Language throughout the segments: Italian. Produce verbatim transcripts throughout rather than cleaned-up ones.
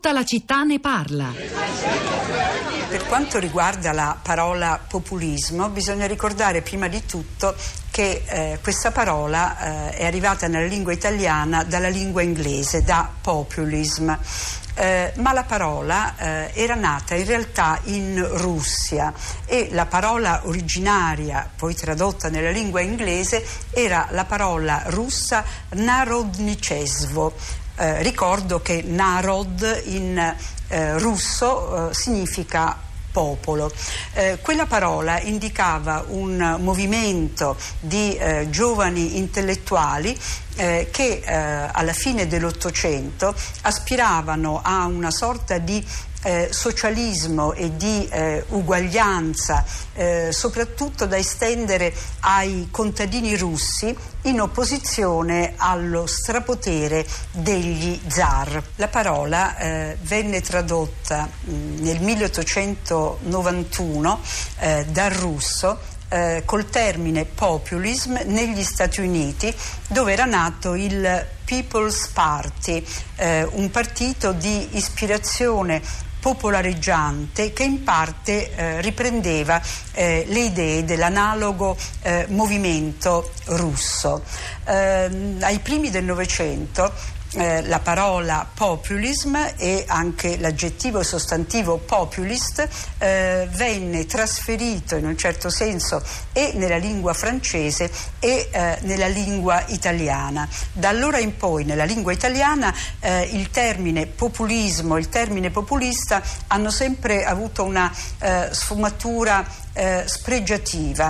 Tutta la città ne parla. Per quanto riguarda la parola populismo, bisogna ricordare prima di tutto che eh, questa parola eh, è arrivata nella lingua italiana dalla lingua inglese, da populism. Eh, ma la parola eh, era nata in realtà in Russia e la parola originaria, poi tradotta nella lingua inglese, era la parola russa narodnichesvo. Eh, ricordo che narod in eh, russo eh, significa popolo. Eh, quella parola indicava un movimento di eh, giovani intellettuali eh, che eh, alla fine dell'Ottocento aspiravano a una sorta di Eh, socialismo e di eh, uguaglianza, eh, soprattutto da estendere ai contadini russi in opposizione allo strapotere degli zar. La parola eh, venne tradotta mh, nel milleottocentonovantuno eh, dal russo eh, col termine populism negli Stati Uniti, dove era nato il People's Party, eh, un partito di ispirazione popolareggiante che in parte eh, riprendeva eh, le idee dell'analogo eh, movimento russo. Eh, ai primi del Novecento eh, la parola populism e anche l'aggettivo sostantivo populist eh, venne trasferito in un certo senso e nella lingua francese e eh, nella lingua italiana. Da allora in poi nella lingua italiana eh, il termine populismo, il termine populista hanno sempre avuto una eh, sfumatura eh, spregiativa.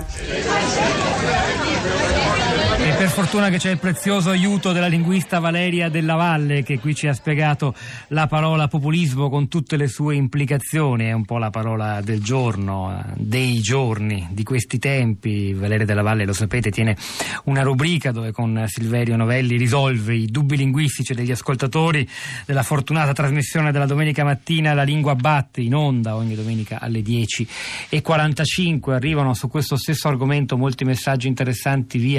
E per fortuna che c'è il prezioso aiuto della linguista Valeria Della Valle, che qui ci ha spiegato la parola populismo con tutte le sue implicazioni. È un po' la parola del giorno, dei giorni, di questi tempi. Valeria Della Valle, lo sapete, tiene una rubrica dove con Silverio Novelli risolve i dubbi linguistici degli ascoltatori della fortunata trasmissione della domenica mattina La Lingua Batte, in onda ogni domenica alle dieci e quarantacinque. Arrivano su questo stesso argomento molti messaggi interessanti via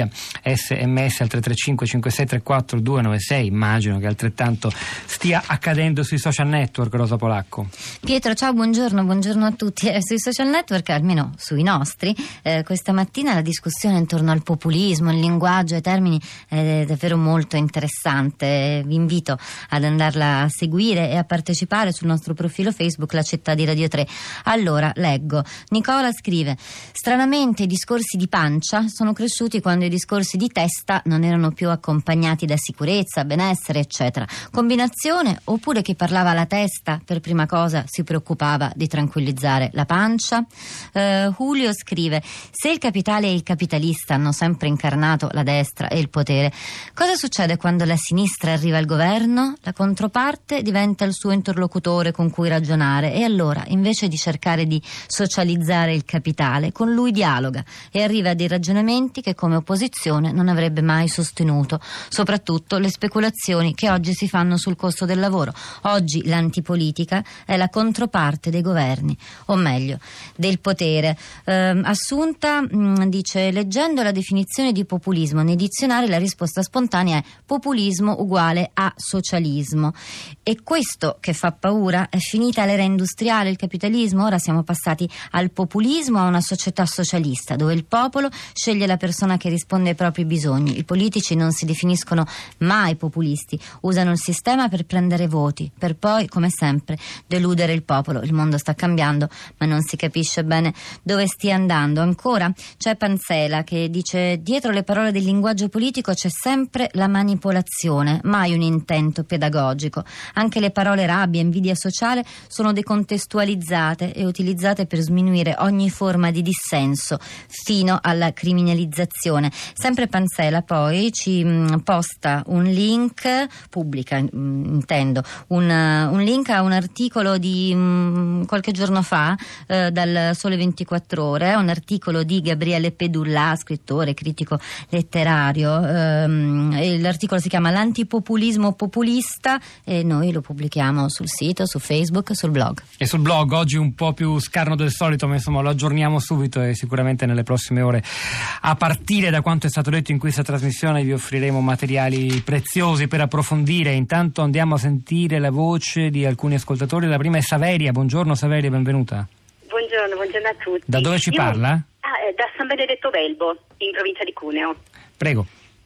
sms al tre tre cinque cinque sei tre quattro due nove sei. Immagino che altrettanto stia accadendo sui social network. Rosa Polacco. Pietro, ciao, buongiorno, buongiorno a tutti. Eh, sui social network, almeno sui nostri, eh, questa mattina la discussione intorno al populismo, il linguaggio, i termini è davvero molto interessante. Vi invito ad andarla a seguire e a partecipare sul nostro profilo Facebook La Città di Radio tre. Allora, leggo. Nicola scrive: stranamente i discorsi di pancia sono cresciuti quando i discorsi di testa non erano più accompagnati da sicurezza, benessere, eccetera. Combinazione, oppure chi parlava alla testa per prima cosa si preoccupava di tranquillizzare la pancia? Uh, Julio scrive: se il capitale e il capitalista hanno sempre incarnato la destra e il potere, cosa succede quando la sinistra arriva al governo? La controparte diventa il suo interlocutore con cui ragionare e allora, invece di cercare di socializzare il capitale, con lui dialoga e arriva a dei ragionamenti che come opposizione non avrebbe mai sostenuto, soprattutto le speculazioni che oggi si fanno sul costo del lavoro. Oggi l'antipolitica è la controparte dei governi, o meglio, del potere. Eh, Assunta mh, dice: leggendo la definizione di populismo nei dizionari la risposta spontanea è populismo uguale a socialismo. E questo che fa paura? È finita l'era industriale, il capitalismo, ora siamo passati al populismo, a una società socialista dove il popolo sceglie la persona che risponde ai propri bisogni. I politici non si definiscono mai populisti, usano il sistema per prendere voti, per poi, come sempre, deludere il popolo. Il mondo sta cambiando, ma non si capisce bene dove stia andando. Ancora c'è Panzela che dice: dietro le parole del linguaggio politico c'è sempre la manipolazione, mai un intento pedagogico. Anche le parole rabbia, invidia sociale sono decontestualizzate e utilizzate per sminuire ogni forma di dissenso fino alla criminalizzazione. Sempre Panzela poi ci mh, posta un link, pubblica mh, intendo, un, uh, un link a un articolo di di mh, qualche giorno fa eh, dal Sole ventiquattro Ore, un articolo di Gabriele Pedulla, scrittore, critico letterario. Ehm, l'articolo si chiama L'antipopulismo populista e noi lo pubblichiamo sul sito, su Facebook, sul blog. E sul blog oggi un po' più scarno del solito, ma insomma lo aggiorniamo subito e sicuramente nelle prossime ore, a partire da quanto è stato detto in questa trasmissione, vi offriremo materiali preziosi per approfondire. Intanto andiamo a sentire la voce di alcuni ascoltatori. La prima è Saveria. Buongiorno Saveria, benvenuta. Buongiorno, buongiorno a tutti. Da dove ci Io, parla? Ah, eh, da San Benedetto Velbo, in provincia di Cuneo. Prego.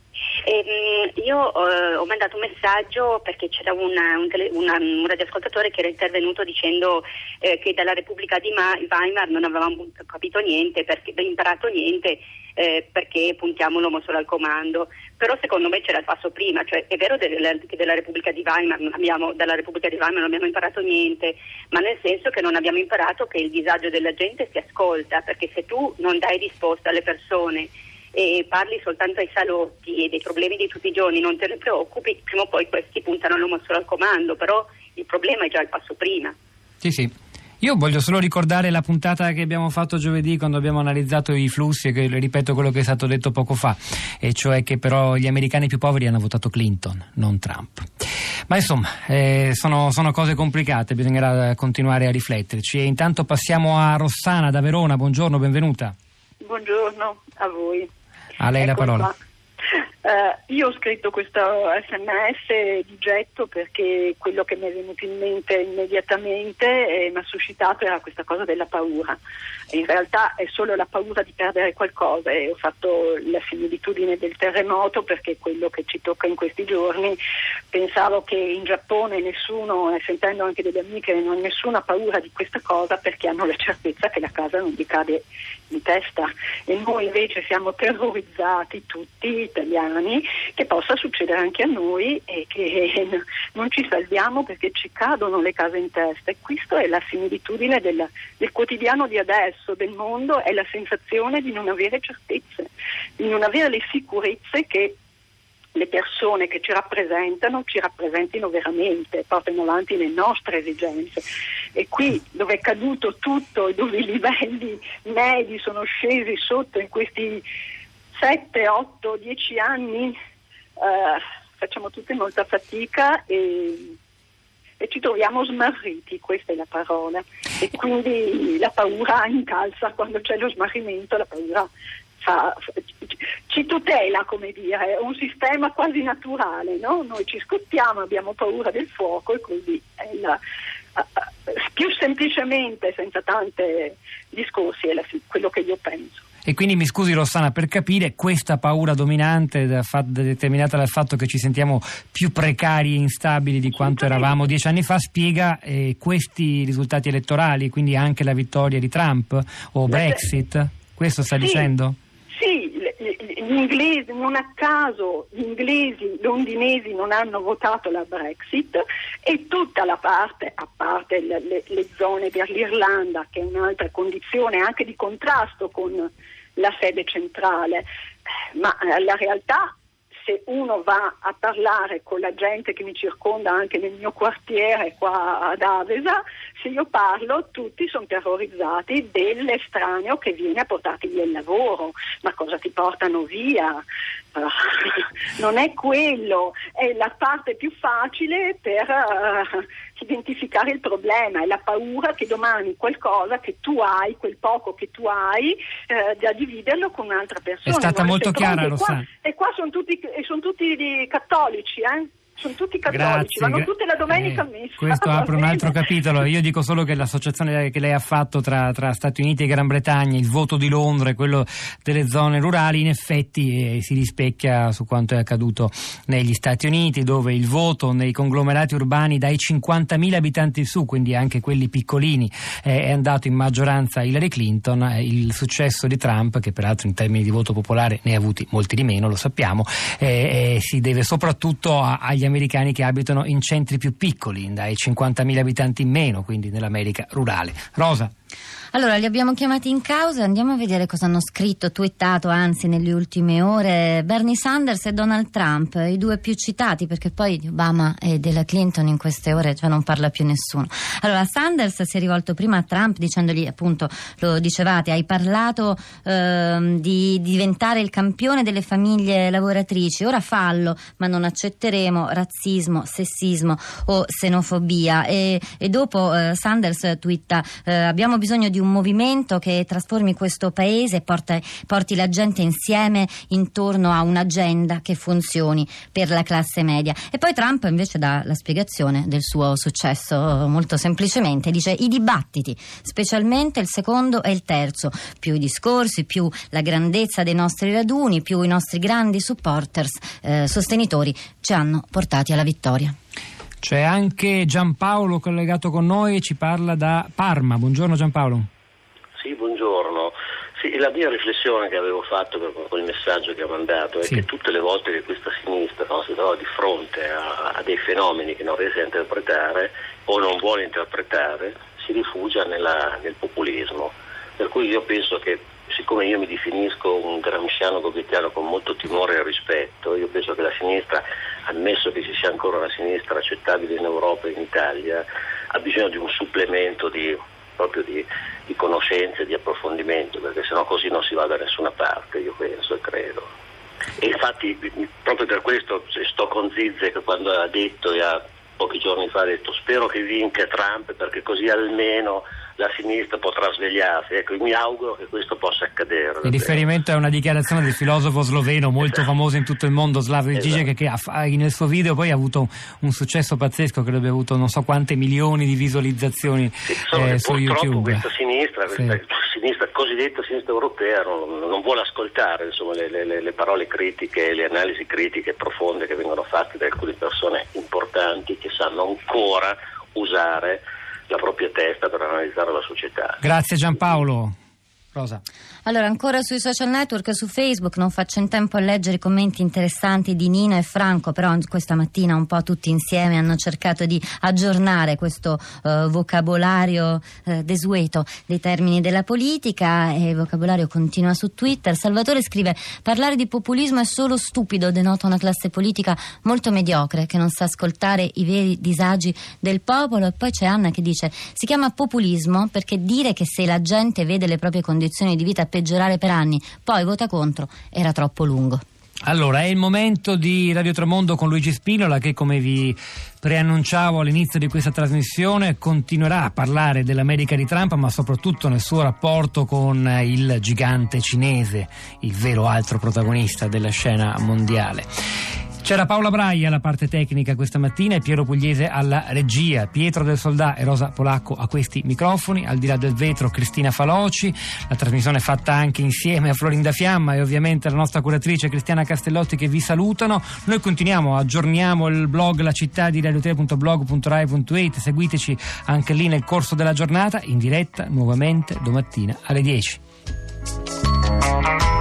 Eh, io eh, ho mandato un messaggio perché c'era una, un, tele, una, un radioascoltatore che era intervenuto dicendo eh, che dalla Repubblica di Ma- Weimar non avevamo capito niente, perché, imparato niente, eh, perché puntiamo l'uomo solo al comando. Però secondo me c'era il passo prima, cioè è vero della, che della Repubblica di Weimar non abbiamo, dalla Repubblica di Weimar non abbiamo imparato niente, ma nel senso che non abbiamo imparato che il disagio della gente si ascolta, perché se tu non dai risposta alle persone e parli soltanto ai salotti e dei problemi di tutti i giorni, non te ne preoccupi, prima o poi questi puntano l'uomo solo al comando, però il problema è già il passo prima. Sì, sì. Io voglio solo ricordare la puntata che abbiamo fatto giovedì quando abbiamo analizzato i flussi e che, ripeto quello che è stato detto poco fa, e cioè che però gli americani più poveri hanno votato Clinton, non Trump. Ma insomma, eh, sono, sono cose complicate, bisognerà continuare a rifletterci. E intanto passiamo a Rossana da Verona. Buongiorno, benvenuta. Buongiorno a voi. A lei la Ecco parola. Uh, io ho scritto questo sms di getto perché quello che mi è venuto in mente immediatamente e mi ha suscitato era questa cosa della paura. In realtà è solo la paura di perdere qualcosa, e ho fatto la similitudine del terremoto perché quello che ci tocca in questi giorni. Pensavo che in Giappone nessuno, e sentendo anche delle amiche, non nessuno ha paura di questa cosa perché hanno la certezza che la casa non gli cade in testa, e noi invece siamo terrorizzati tutti italiani che possa succedere anche a noi e che non ci salviamo perché ci cadono le case in testa. E questa è la similitudine del, del quotidiano di adesso, del mondo, è la sensazione di non avere certezze, di non avere le sicurezze che le persone che ci rappresentano ci rappresentino veramente, portano avanti le nostre esigenze. E qui dove è caduto tutto e dove i livelli medi sono scesi sotto in questi sette, otto, dieci anni, eh, facciamo tutti molta fatica e, e ci troviamo smarriti, questa è la parola, e quindi la paura incalza. Quando c'è lo smarrimento la paura fa, ci tutela, come dire, è un sistema quasi naturale, no? Noi ci scottiamo, abbiamo paura del fuoco e quindi è la, più semplicemente, senza tanti discorsi, è la, quello che io penso. E quindi mi scusi Rossana, per capire, questa paura dominante da, fa, determinata dal fatto che ci sentiamo più precari e instabili di quanto eravamo dieci anni fa, spiega eh, questi risultati elettorali, quindi anche la vittoria di Trump o Brexit? Questo sta sì, dicendo? Sì, gli inglesi, non a caso gli inglesi londinesi non hanno votato la Brexit, e tutta la parte, a parte le, le, le zone dell'Irlanda, che è un'altra condizione anche di contrasto con la sede centrale, ma la realtà, se uno va a parlare con la gente che mi circonda anche nel mio quartiere qua ad Avesa, se io parlo tutti sono terrorizzati dell'estraneo che viene a portarti via il lavoro. Ma cosa ti portano via? Non è quello, è la parte più facile per uh, identificare il problema, è la paura che domani qualcosa che tu hai, quel poco che tu hai, uh, da dividerlo con un'altra persona. È stata molto chiara, Rossana. E qua sono tutti, sono tutti cattolici, eh? Sono tutti cattolici, Grazie. vanno tutte la domenica a eh, messa. Questo apre un altro capitolo. Io dico solo che l'associazione che lei ha fatto tra, tra Stati Uniti e Gran Bretagna, il voto di Londra e quello delle zone rurali, in effetti eh, si rispecchia su quanto è accaduto negli Stati Uniti, dove il voto nei conglomerati urbani dai cinquantamila abitanti in su, quindi anche quelli piccolini, eh, è andato in maggioranza a Hillary Clinton. Eh, il successo di Trump, che peraltro in termini di voto popolare ne ha avuti molti di meno, lo sappiamo, eh, eh, si deve soprattutto a, agli americani che abitano in centri più piccoli, dai cinquantamila abitanti in meno, quindi nell'America rurale. Rosa. Allora, li abbiamo chiamati in causa, andiamo a vedere cosa hanno scritto, twittato, anzi, nelle ultime ore Bernie Sanders e Donald Trump, i due più citati, perché poi di Obama e della Clinton in queste ore cioè non parla più nessuno. Allora, Sanders si è rivolto prima a Trump dicendogli, appunto, lo dicevate, hai parlato eh, di diventare il campione delle famiglie lavoratrici, ora fallo, ma non accetteremo razzismo, sessismo o xenofobia. E, e dopo eh, Sanders twitta, eh, abbiamo bisogno di un movimento che trasformi questo paese e porta, porti la gente insieme intorno a un'agenda che funzioni per la classe media. E poi Trump invece dà la spiegazione del suo successo molto semplicemente, dice i dibattiti, specialmente il secondo e il terzo, più i discorsi, più la grandezza dei nostri raduni, più i nostri grandi supporters, eh, sostenitori, ci hanno portati alla vittoria. C'è anche Giampaolo collegato con noi e ci parla da Parma. Buongiorno Giampaolo. Sì, buongiorno. Sì, la mia riflessione che avevo fatto con il messaggio che ho mandato è sì. che tutte le volte che questa sinistra no, si trova di fronte a, a dei fenomeni che non riesce a interpretare o non vuole interpretare, si rifugia nella, nel populismo. Per cui io penso che, siccome io mi definisco un gramsciano gobettiano con molto timore e rispetto, io penso che la sinistra, ammesso che ci sia ancora una sinistra accettabile in Europa e in Italia, ha bisogno di un supplemento di proprio di, di conoscenze, di approfondimento, perché sennò così non si va da nessuna parte, io penso e credo. E infatti proprio per questo sto con Zizze, che quando ha detto, e ha pochi giorni fa ha detto, spero che vinca Trump perché così almeno la sinistra potrà svegliarsi. Ecco, mi auguro che questo possa accadere. Il riferimento è una dichiarazione del filosofo sloveno molto esatto. famoso in tutto il mondo, Slavoj esatto. Žižek, che ha, nel suo video poi ha avuto un successo pazzesco, credo abbia avuto non so quante milioni di visualizzazioni sì, eh, su YouTube. Questa sinistra, questa sì. sinistra cosiddetta sinistra europea non, non vuole ascoltare insomma, le, le, le parole critiche, le analisi critiche profonde che vengono fatte da alcune persone importanti che sanno ancora usare la propria testa per analizzare la società. Grazie Giampaolo. Rosa. Allora, ancora sui social network, su Facebook, non faccio in tempo a leggere i commenti interessanti di Nino e Franco, però questa mattina un po' tutti insieme hanno cercato di aggiornare questo uh, vocabolario uh, desueto dei termini della politica, e il vocabolario continua su Twitter. Salvatore scrive: parlare di populismo è solo stupido, denota una classe politica molto mediocre che non sa ascoltare i veri disagi del popolo. E poi c'è Anna che dice: si chiama populismo perché dire che se la gente vede le proprie condizioni di vita peggiorare per anni poi vota contro era troppo lungo. Allora, è il momento di Radio Tremondo con Luigi Spinola, che, come vi preannunciavo all'inizio di questa trasmissione, continuerà a parlare dell'America di Trump, ma soprattutto nel suo rapporto con il gigante cinese, il vero altro protagonista della scena mondiale. C'era Paola Braia alla parte tecnica questa mattina e Piero Pugliese alla regia, Pietro del Soldà e Rosa Polacco a questi microfoni, al di là del vetro Cristina Faloci, la trasmissione è fatta anche insieme a Florinda Fiamma e ovviamente la nostra curatrice Cristiana Castellotti, che vi salutano. Noi continuiamo, aggiorniamo il blog La Città di radio tre punto blog punto rai punto it, seguiteci anche lì nel corso della giornata, in diretta nuovamente domattina alle dieci.